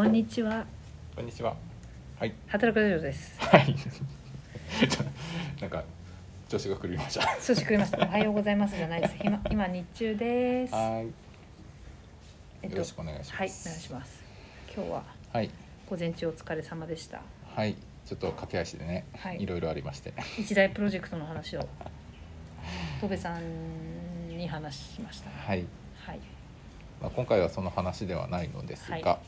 こんにちは。 こんにちは。はい。 働くラジオです。 はい。なんか調子が狂いました。 調子狂いました。おはようございますじゃないです。今日中です。 はい。よろしくお願いします。 はい、お願いします。今日は午前中お疲れ様でした。 はい。ちょっと駆け足でね、いろいろありまして。 一大プロジェクトの話を戸部さんに話しました。 はい。 はい。 今回はその話ではないのですが、 はい、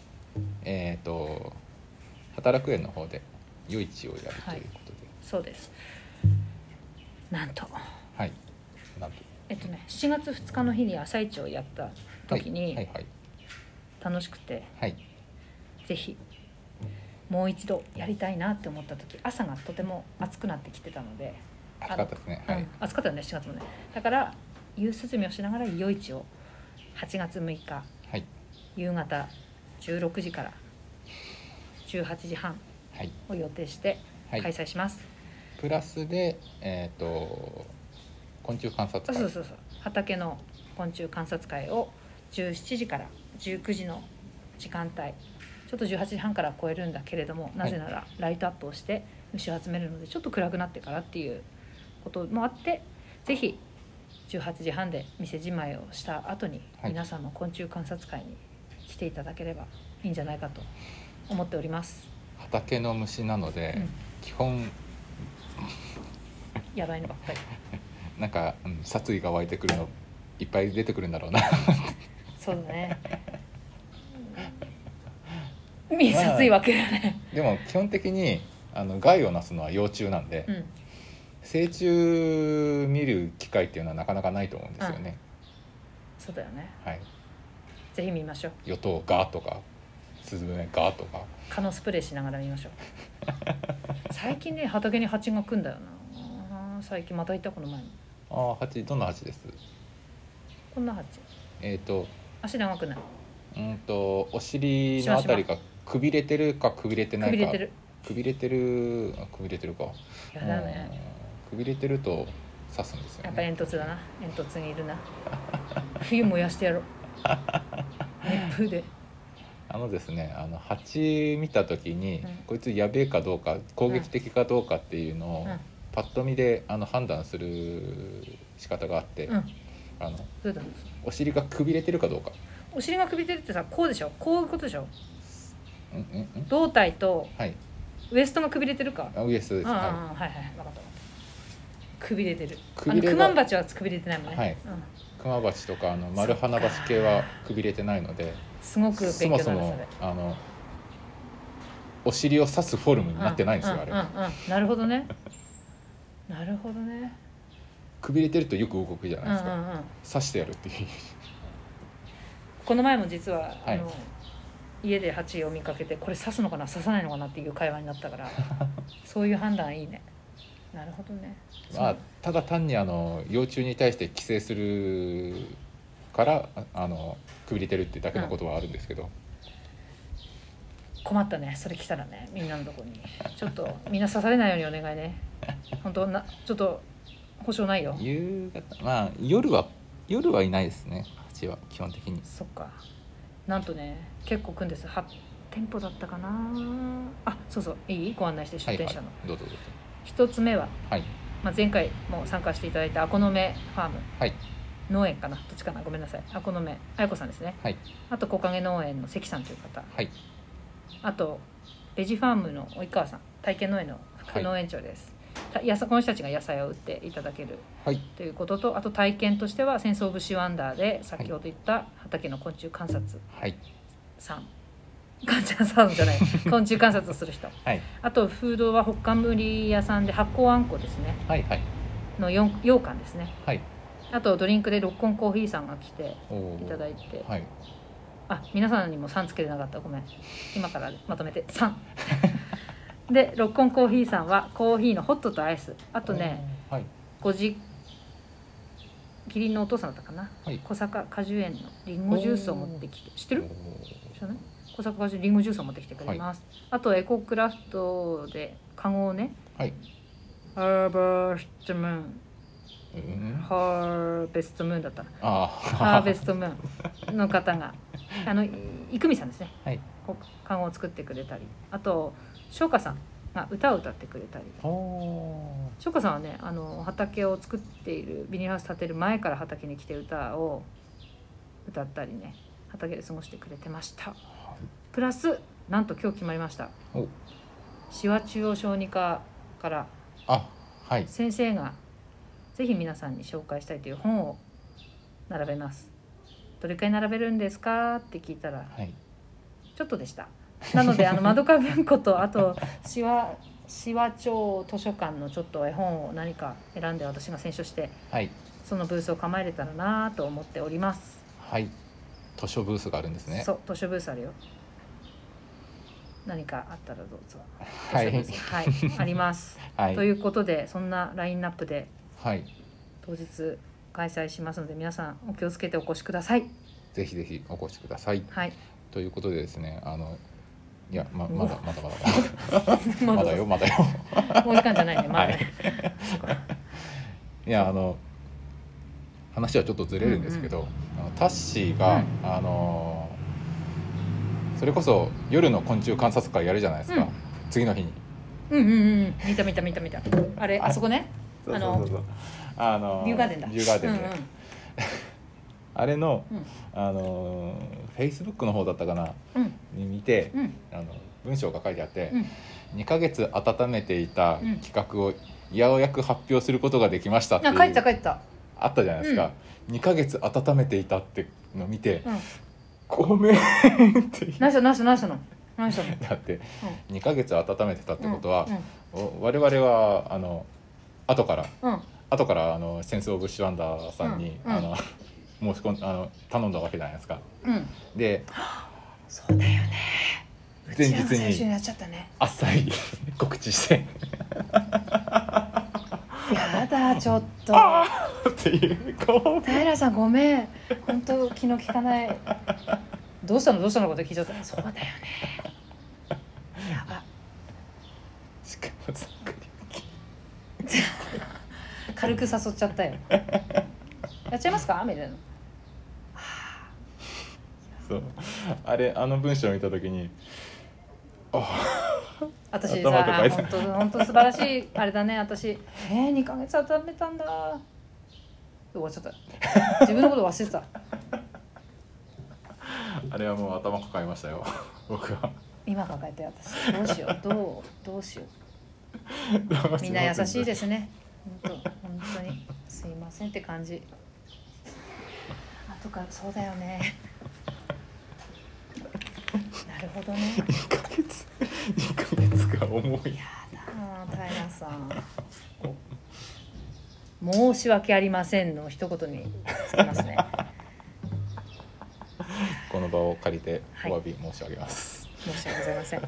働く園の方で夜市をやるということで、はい、 そうです。なんと、 はい、なんと 7月2日の日に朝市をやった時に、楽しくて、 はい、 ぜひもう一度やりたいなって思った時、朝がとても暑くなってきてたので、 暑かったですね。 はい、暑かったよね、7月もね。だから夕涼みをしながら夜市を8月6日、 はい、 夕方16時から18時半を予定して開催します。 プラスで、昆虫観察会、 そう畑の昆虫観察会を17時から19時の時間帯、ちょっと18時半から超えるんだけれども、なぜならライトアップをして虫を集めるのでちょっと暗くなってからっていうこともあって、ぜひ18時半で店じまいをした後に皆さんも昆虫観察会に来ていただければいいんじゃないかと思っております。 畑の虫なので、基本やばいのばっかりなんか、殺意が湧いてくるのいっぱい出てくるんだろうな。 そうだね。殺意湧けるね。 でも基本的に害をなすのは幼虫なんで、成虫見る機会っていうのはなかなかないと思うんですよね。 そうだよね。 はい。 ぜひ見ましょう。 ヨトウガとかスズメガとか蚊のスプレーしながら見ましょう。最近ね、畑に蜂が来んだよな。最近また行った、この前も。 蜂、どんな蜂です？ こんな蜂。足長くない？ お尻のあたりがくびれてるかくびれてないか。くびれてるか。 やだね。 くびれてると刺すんですよね。 やっぱ煙突だな。煙突にいるな。冬燃やしてやろう。熱風で。 ですね、蜂見た時に、こいつやべえかどうか、攻撃的かどうかっていうのを、パッと見で判断する仕方があって、お尻がくびれてるかどうか。 お尻がくびれてるってさ、こうでしょ、こういうことでしょ。胴体とウエストがくびれてるか。 ウエストです。 はいはい、分かった。くびれてる。クマンバチはくびれてないもんね。はい。 クマバチとかマルハナバチ系はくびれてないので、 すごく勉強になる。 そもお尻を刺すフォルムになってないんですよ、あれ。 なるほどね。なるほどね。 くびれてるとよく動くじゃないですか。刺してやるっていう。 この前も実は家で蜂を見かけて、これ刺すのかな刺さないのかなっていう会話になったから、そういう判断いいね。なるほどね。 ただ単に幼虫に対して寄生するからくびれてるってだけのことはあるんですけど、 困ったね、それ来たらね、みんなのとこにちょっとみんな刺されないようにお願いね。本当ちょっと保証ないよ。 夕方、夜はいないですね、蜂は基本的に。そっか。 なんとね、結構来るんです。8店舗だったかな。そういい？ご案内して出店者の。 どうぞ。 一つ目は、前回も参加していただいたあこのめファーム、農園かな、どっちかな、ごめんなさい。あこのめあやこさんですね。あと木陰農園の関さんという方、あとベジファームの及川さん、体験農園の副農園長です。この人たちが野菜を売っていただけるということと、あと体験としては戦争節ワンダーで先ほど言った畑の昆虫観察さん、昆虫観察をする人、あとフードはほっかむり屋さんで発酵あんこですね、の羊羹ですね、あとドリンクでロッコンコーヒーさんが来ていただいて、皆さんにも3つけてなかった、ごめん、今からまとめて3でロッコンコーヒーさんはコーヒーのホットとアイス、あとね、キリンのお父さんだったかな、小坂果樹園のリンゴジュースを持ってきて、知ってる？知らない？小坂果樹リンゴジュースを持ってきてくれます。あとエコクラフトでカゴをね、ハーベストムーン、ハーベストムーンだった、ハーベストムーンの方が生見さんですね、 カゴを作ってくれたり、あと翔歌さんが歌を歌ってくれたり。翔歌さんはね畑を作っているビニールハウス建てる前から畑に来て歌を歌ったりね、畑で過ごしてくれてました。プラスなんと今日決まりました。手話中央小児科から先生がぜひ皆さんに紹介したいという本を並べます。どれくらい並べるんですかって聞いたら、ちょっとでした。なのでまどか文庫とあと手話町図書館のちょっと絵本を何か選んで私が選書して、そのブースを構えれたらなと思っております。 図書ブースがあるんですね。 そう、図書ブースあるよ。何かあったらどうぞ。あります。ということでそんなラインナップで当日開催しますので、皆さんお気をつけてお越しください。 ぜひぜひお越しください。ということでですね、いやまだまだまだよもう時間じゃないね、まだね。 いや話はちょっとずれるんですけど、タッシーが、それこそ夜の昆虫観察会やるじゃないですか、次の日に。 見たあれ、あそこね、ビューガーデンだ。 ビューガーデンで、あれのFacebook の方だったかな、に見て、文章が書いてあって、2ヶ月温めていた企画をようやく発表することができましたっていう、 書いたあったじゃないですか。2ヶ月温めていたってのを見て、ごめんって何したのだって2ヶ月温めてたってことは、我々は後からセンス・オブ・シワンダーさんに申し込ん頼んだわけじゃないですか。で、 そうだよね、 前日にあっさり告知してやだちょっとっていう平さんごめん、本当気の利かない。どうしたのこと聞いちゃった。そうだよね、やば。 しかもざっくり軽く誘っちゃったよ。やっちゃいますかみたいな。 そう、文章を見た時に私さ、本当素晴らしいあれだね。私2ヶ月温めたんだ。終わっちゃった。自分のこと忘れてた。 あれはもう頭抱えましたよ僕は。 今抱えて私どうしようどうしよう。みんな優しいですね。本当にすいませんって感じ。後からそうだよね。なるほどね。 2ヶ月が重い。 やだな平さん。申し訳ありませんの一言につきますね。 この場を借りてお詫び申し上げます。 申し訳ございません。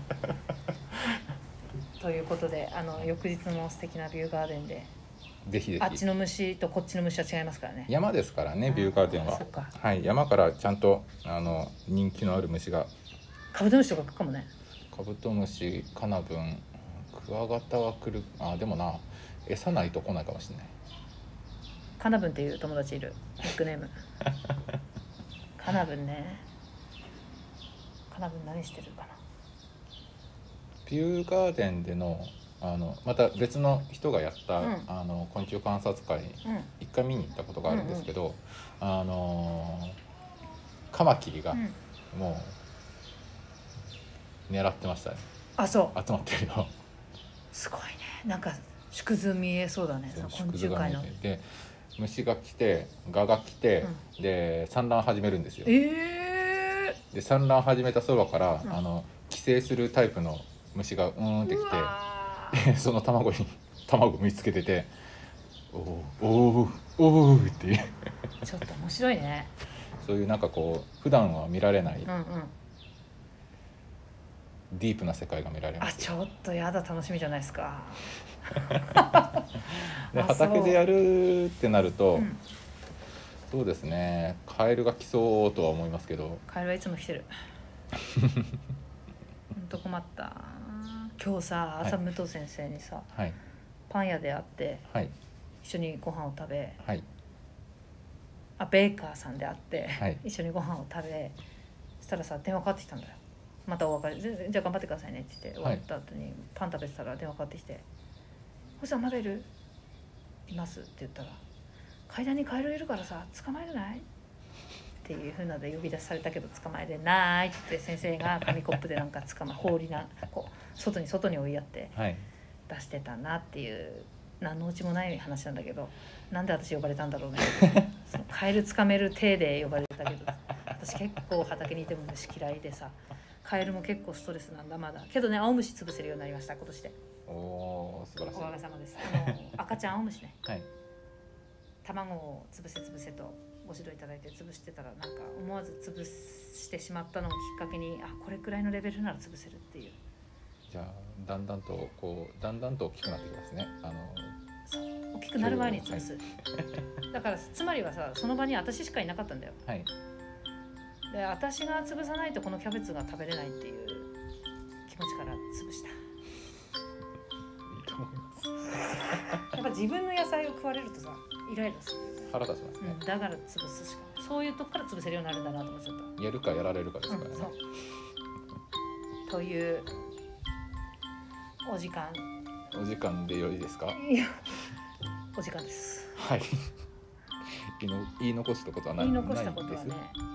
ということで翌日の素敵なビューガーデンで。 ぜひぜひ。 あっちの虫とこっちの虫は違いますからね。 山ですからね、ビューガーデンは。山からちゃんと人気のある虫が。 カブトムシとか来るかもね。 カブトムシ、カナブン、クワガタは来る。でもな、餌ないと来ないかもしれない。 カナブンっていう友達いる。ニックネーム。カナブンね。カナブン何してるかな。 ビューガーデンでのまた別の人がやった、昆虫観察会に一回見に行ったことがあるんですけど、カマキリがもう狙ってましたね。 そう集まってるの。 すごいね。なんか縮図見えそうだね。昆虫界の。 で虫が来て蛾が来て、で産卵始めるんですよ。で産卵始めたそばから、寄生するタイプの虫がってきて、その卵見つけてて、おーっていう。 ちょっと面白いね。 そういうなんかこう普段は見られない、ディープな世界が見られます。 ちょっとやだ、楽しみじゃないですか。 で畑でやるってなると、そうですね、カエルが来そうとは思いますけど。 カエルはいつも来てる。ほんと困った。今日さ、朝武藤先生にさ、パン屋で会って、一緒にご飯を食べ、ベーカーさんで会って、一緒にご飯を食べ、そしたらさ電話かかってきたんだよ。 またお別れじゃあ頑張ってくださいねって言って終わった後にパン食べてたら電話かかってきて「星さんまだいる？います」って言ったら「階段にカエルいるからさ捕まえれない？」っていう風なで呼び出しされたけど捕まえれないって先生が紙コップでなんか放りなこう外に追いやって出してたなっていう何のうちもない話なんだけど、なんで私呼ばれたんだろうねそのカエル掴める体で呼ばれたけど、私結構畑にいても虫嫌いでさ、カエルも結構ストレスなんだまだけどね、青虫潰せるようになりました今年で。 おー素晴らしい。 おかげさまです。赤ちゃん青虫ね、はい、卵を潰せとご指導いただいて潰してたら、なんか思わず潰してしまったのをきっかけに、あ、これくらいのレベルなら潰せるっていう。 じゃあだんだんと大きくなってきますね。 そう大きくなる前に潰す、はい、だからつまりはさ、その場に私しかいなかったんだよ、はい、で私が潰さないとこのキャベツが食べれないっていう気持ちから潰した。いいと思いますやっぱ自分の野菜を食われるとさイライラする、 腹立ちますね、 だから潰すしかない。そういうとこから潰せるようになるんだなと思っちゃった。 やるかやられるかですからね、 そうというお時間でよいですか？ いやお時間です。 はい言い残したことはない言い残したことはね、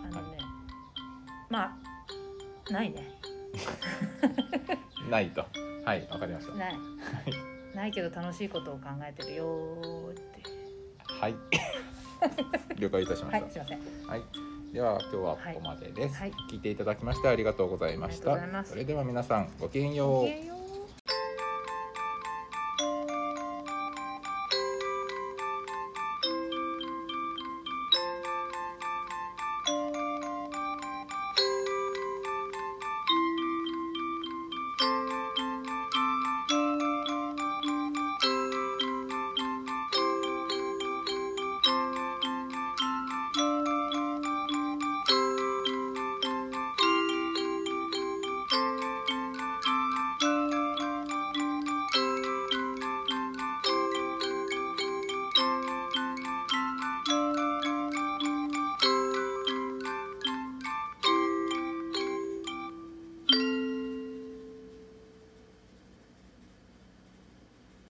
まあないねないと、はい、わかりました。 ないけど楽しいことを考えてるよって。 はい了解いたしました。 はい、すいません。 はい、では今日はここまでです、はい、聞いていただきましてありがとうございました。それでは皆さんごきげんよう。